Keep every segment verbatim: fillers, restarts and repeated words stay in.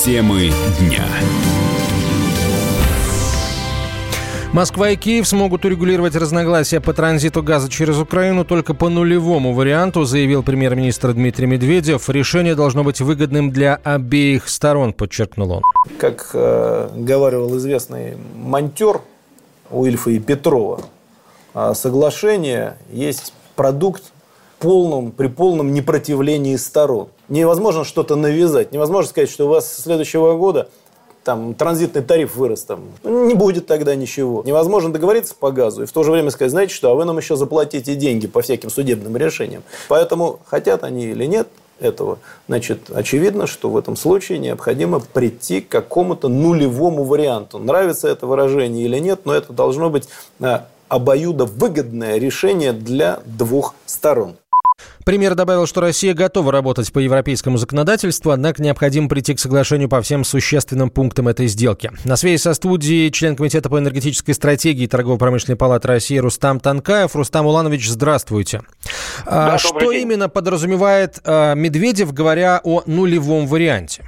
Темы дня. Москва и Киев смогут урегулировать разногласия по транзиту газа через Украину только по нулевому варианту, заявил премьер-министр Дмитрий Медведев. Решение должно быть выгодным для обеих сторон, подчеркнул он. Как э, говаривал известный монтер у Ильфа и Петрова, соглашение есть продукт полном, при полном непротивлении сторон. Невозможно что-то навязать. Невозможно сказать, что у вас с следующего года там, транзитный тариф вырос. Там. Не будет тогда ничего. Невозможно договориться по газу и в то же время сказать, знаете что, а вы нам еще заплатите деньги по всяким судебным решениям. Поэтому, хотят они или нет этого, значит, очевидно, что в этом случае необходимо прийти к какому-то нулевому варианту. Нравится это выражение или нет, но это должно быть обоюдовыгодное решение для двух сторон. Премьер добавил, что Россия готова работать по европейскому законодательству, однако необходимо прийти к соглашению по всем существенным пунктам этой сделки. На связи со студией член Комитета по энергетической стратегии Торгово-промышленной палаты России Рустам Тонкаев. Рустам Уланович, здравствуйте. Да, что день. Именно подразумевает а, Медведев, говоря о нулевом варианте?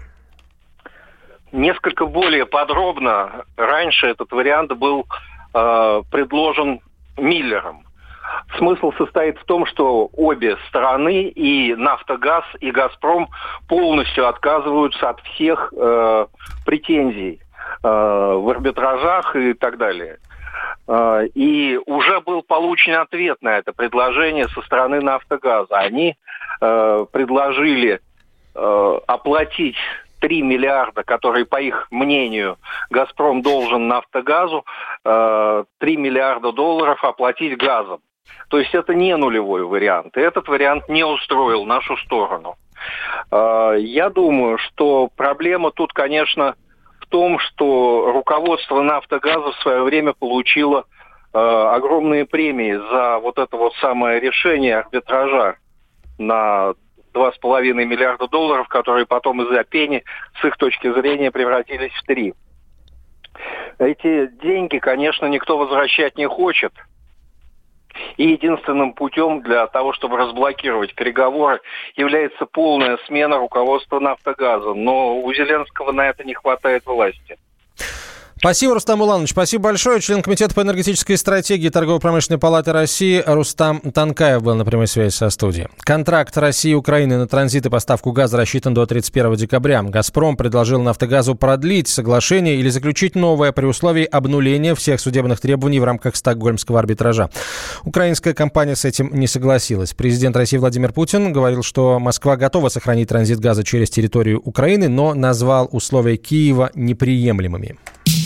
Несколько более подробно. Раньше этот вариант был э, предложен Миллером. Смысл состоит в том, что обе стороны, и «Нафтогаз», и «Газпром», полностью отказываются от всех э, претензий э, в арбитражах и так далее. Э, и уже был получен ответ на это предложение со стороны «Нафтогаза». Они э, предложили э, оплатить три миллиарда, которые, по их мнению, «Газпром» должен «Нафтогазу», э, три миллиарда долларов оплатить газом. То есть это не нулевой вариант. И этот вариант не устроил нашу сторону. Я думаю, что проблема тут, конечно, в том, что руководство «Нафтогаза» в свое время получило огромные премии за вот это вот самое решение арбитража на два с половиной миллиарда долларов, которые потом из-за пени, с их точки зрения, превратились в три. Эти деньги, конечно, никто возвращать не хочет. И единственным путем для того, чтобы разблокировать переговоры, является полная смена руководства «Нафтогаза». Но у Зеленского на это не хватает власти. Спасибо, Рустам Уланович. Спасибо большое. Член Комитета по энергетической стратегии Торгово-промышленной палаты России Рустам Тонкаев был на прямой связи со студией. Контракт России и Украины на транзит и поставку газа рассчитан до тридцать первого декабря. «Газпром» предложил «Нафтогазу» продлить соглашение или заключить новое при условии обнуления всех судебных требований в рамках стокгольмского арбитража. Украинская компания с этим не согласилась. Президент России Владимир Путин говорил, что Москва готова сохранить транзит газа через территорию Украины, но назвал условия Киева неприемлемыми.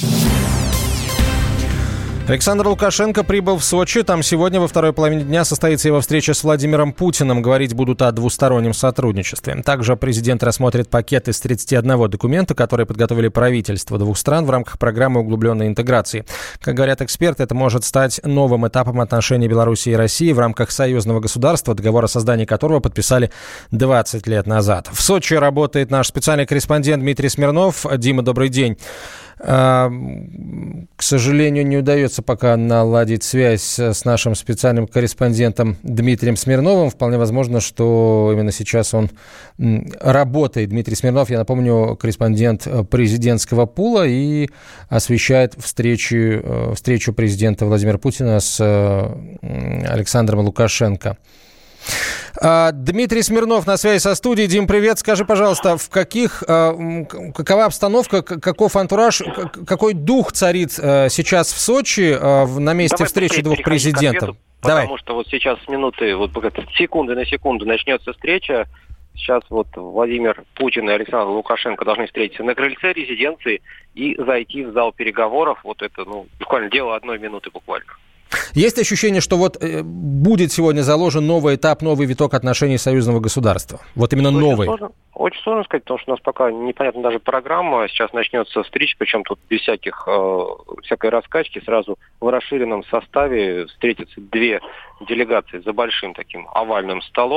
Александр Лукашенко прибыл в Сочи. Там сегодня во второй половине дня состоится его встреча с Владимиром Путиным. Говорить будут о двустороннем сотрудничестве. Также президент рассмотрит пакет из тридцати одного документа, которые подготовили правительства двух стран в рамках программы углубленной интеграции. Как говорят эксперты, это может стать новым этапом отношений Беларуси и России в рамках союзного государства, договор о создании которого подписали двадцать лет назад. В Сочи работает наш специальный корреспондент Дмитрий Смирнов. Дима, добрый день. К сожалению, не удается пока наладить связь с нашим специальным корреспондентом Дмитрием Смирновым. Вполне возможно, что именно сейчас он работает. Дмитрий Смирнов, я напомню, корреспондент президентского пула и освещает встречу, встречу президента Владимира Путина с Александром Лукашенко. Дмитрий Смирнов на связи со студией. Дим, привет. Скажи, пожалуйста, в каких, какова обстановка, каков антураж, какой дух царит сейчас в Сочи на месте Давай встречи двух президентов? Потому Давай. что вот сейчас с минуты, вот секунды на секунду начнется встреча. Сейчас вот Владимир Путин и Александр Лукашенко должны встретиться на крыльце резиденции и зайти в зал переговоров. Вот это, ну, буквально дело одной минуты буквально. Есть ощущение, что вот э, будет сегодня заложен новый этап, новый виток отношений союзного государства? Вот именно очень новый. Сложно, очень сложно сказать, потому что у нас пока непонятна даже программа. Сейчас начнется встреча, причем тут без всяких, э, всякой раскачки. Сразу в расширенном составе встретятся две делегации за большим таким овальным столом.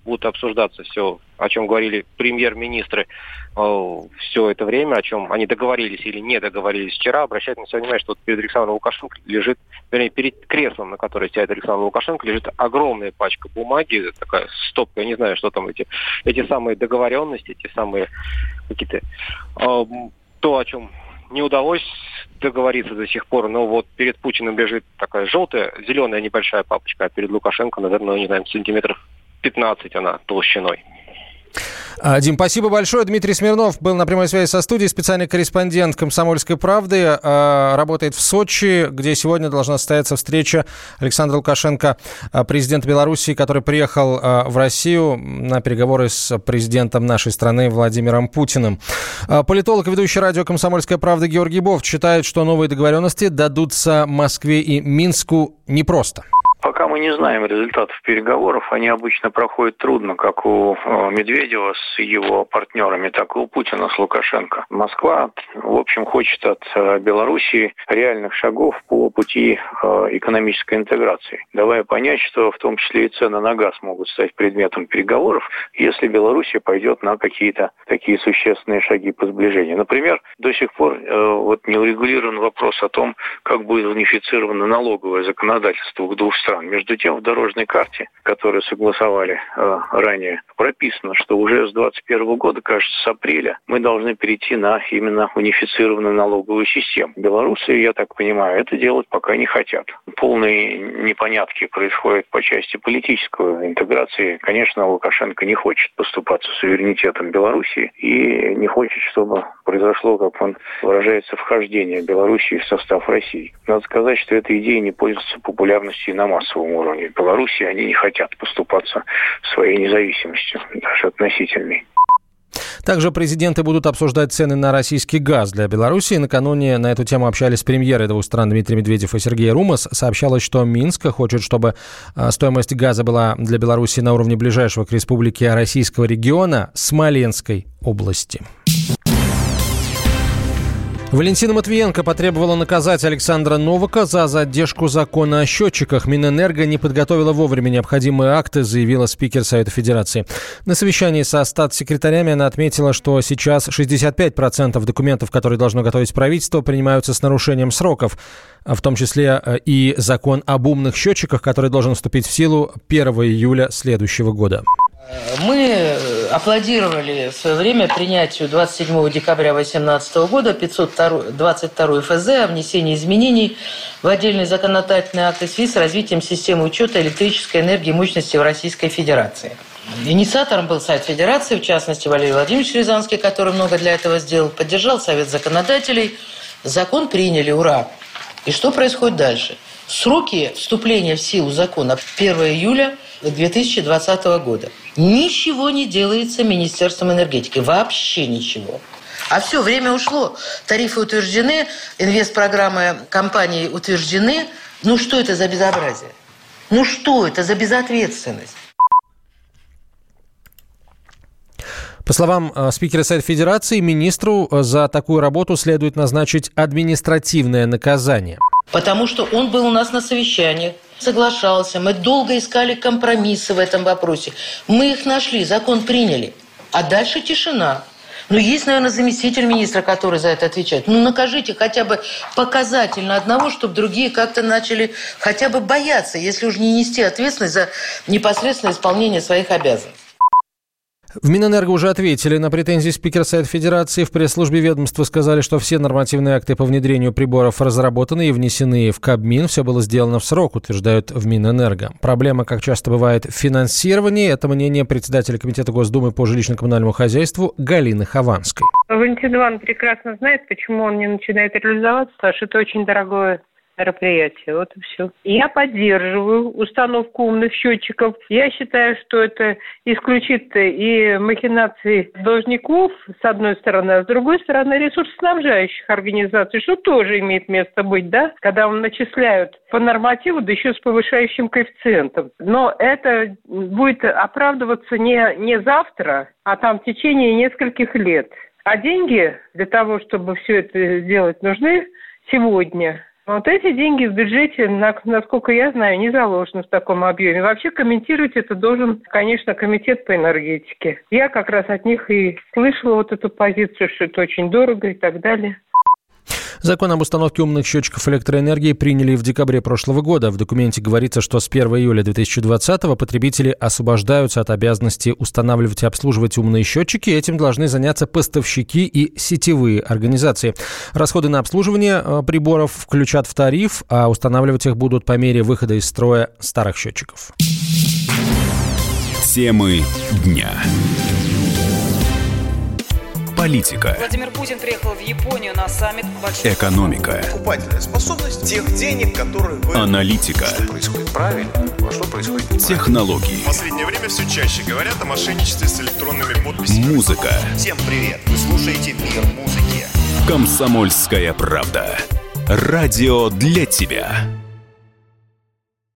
будут обсуждаться все, о чем говорили премьер-министры э, все это время, о чем они договорились или не договорились вчера. Обращать на себя внимание, что вот перед Александром Лукашенко лежит, вернее, перед креслом, на которое сядет Александр Лукашенко, лежит огромная пачка бумаги, такая стопка, я не знаю, что там эти, эти самые договоренности, эти самые какие-то... Э, то, о чем не удалось договориться до сих пор, но вот перед Путиным лежит такая желтая, зеленая небольшая папочка, а перед Лукашенко, наверное, не знаю, сантиметров пятнадцать она толщиной. Дим, спасибо большое. Дмитрий Смирнов был на прямой связи со студией, специальный корреспондент «Комсомольской правды», работает в Сочи, где сегодня должна состояться встреча Александра Лукашенко, президента Белоруссии, который приехал в Россию на переговоры с президентом нашей страны Владимиром Путиным. Политолог и ведущий радио «Комсомольская правда» Георгий Бофт считает, что новые договоренности дадутся Москве и Минску непросто. Пока мы не знаем результатов переговоров, они обычно проходят трудно, как у Медведева с его партнерами, так и у Путина с Лукашенко. Москва, в общем, хочет от Белоруссии реальных шагов по пути экономической интеграции, давая понять, что в том числе и цены на газ могут стать предметом переговоров, если Белоруссия пойдет на какие-то такие существенные шаги по сближению. Например, до сих пор вот не урегулирован вопрос о том, как будет унифицировано налоговое законодательство в двух странах. Между тем, в дорожной карте, которую согласовали э, ранее, прописано, что уже с двадцать первого года, кажется, с апреля, мы должны перейти на именно унифицированную налоговую систему. Белорусы, я так понимаю, это делать пока не хотят. Полные непонятки происходят по части политической интеграции. Конечно, Лукашенко не хочет поступаться суверенитетом Белоруссии и не хочет, чтобы произошло, как он выражается, вхождение Белоруссии в состав России. Надо сказать, что эта идея не пользуется популярностью на массовом уровне. В Белоруссии они не хотят поступаться своей независимостью, даже относительной. Также президенты будут обсуждать цены на российский газ для Беларуси. Накануне на эту тему общались премьеры двух стран Дмитрий Медведев и Сергей Румас. Сообщалось, что Минск хочет, чтобы стоимость газа была для Беларуси на уровне ближайшего к республике российского региона Смоленской области. Валентина Матвиенко потребовала наказать Александра Новака за задержку закона о счетчиках. Минэнерго не подготовила вовремя необходимые акты, заявила спикер Совета Федерации. На совещании со статс-секретарями она отметила, что сейчас шестьдесят пять процентов документов, которые должно готовить правительство, принимаются с нарушением сроков, в том числе и закон об умных счетчиках, который должен вступить в силу первого июля следующего года. Мы аплодировали в свое время принятию двадцать седьмого декабря две тысячи восемнадцатого года пятьсот двадцать второй эф зэ о внесении изменений в отдельные законодательные акты в связи с развитием системы учета электрической энергии мощности в Российской Федерации. Инициатором был Совет Федерации, в частности, Валерий Владимирович Рязанский, который много для этого сделал, поддержал Совет законодателей. Закон приняли, ура! И что происходит дальше? Сроки вступления в силу закона первого июля две тысячи двадцатого года. Ничего не делается Министерством энергетики. Вообще ничего. А все, время ушло. Тарифы утверждены, инвестпрограммы компаний утверждены. Ну что это за безобразие? Ну что это за безответственность? По словам э, спикера Совета Федерации, министру за такую работу следует назначить административное наказание. Потому что он был у нас на совещаниях, соглашался. Мы долго искали компромиссы в этом вопросе. Мы их нашли, закон приняли. А дальше тишина. Ну, есть, наверное, заместитель министра, который за это отвечает. Ну, накажите хотя бы показательно одного, чтобы другие как-то начали хотя бы бояться, если уж не нести ответственность за непосредственное исполнение своих обязанностей. В Минэнерго уже ответили на претензии спикера Совета Федерации. В пресс-службе ведомства сказали, что все нормативные акты по внедрению приборов разработаны и внесены в Кабмин. Все было сделано в срок, утверждают в Минэнерго. Проблема, как часто бывает, в финансировании. Это мнение председателя Комитета Госдумы по жилищно-коммунальному хозяйству Галины Хованской. Валентин Иванович прекрасно знает, почему он не начинает реализоваться, потому что это очень дорогое мероприятие. Вот и все. Я поддерживаю установку умных счетчиков. Я считаю, что это исключит и махинации должников, с одной стороны, а с другой стороны, ресурсоснабжающих организаций, что тоже имеет место быть, да, когда вам начисляют по нормативу, да еще с повышающим коэффициентом. Но это будет оправдываться не, не завтра, а там в течение нескольких лет. А деньги для того, чтобы все это сделать, нужны сегодня. Вот эти деньги в бюджете, насколько я знаю, не заложены в таком объеме. Вообще комментировать это должен, конечно, комитет по энергетике. Я как раз от них и слышала вот эту позицию, что это очень дорого и так далее. Закон об установке умных счетчиков электроэнергии приняли в декабре прошлого года. В документе говорится, что с первого июля две тысячи двадцатого потребители освобождаются от обязанности устанавливать и обслуживать умные счетчики. Этим должны заняться поставщики и сетевые организации. Расходы на обслуживание приборов включат в тариф, а устанавливать их будут по мере выхода из строя старых счетчиков. Темы дня. Политика. Владимир Путин приехал в Японию на саммит большой... Экономика. Покупательная способность тех денег, которые вы... Аналитика. Что происходит правильно, а что происходит неправильно. Технологии. В последнее время все чаще говорят о мошенничестве с электронными подписями. Музыка. Всем привет! Вы слушаете «Мир музыки». Комсомольская правда. Радио для тебя.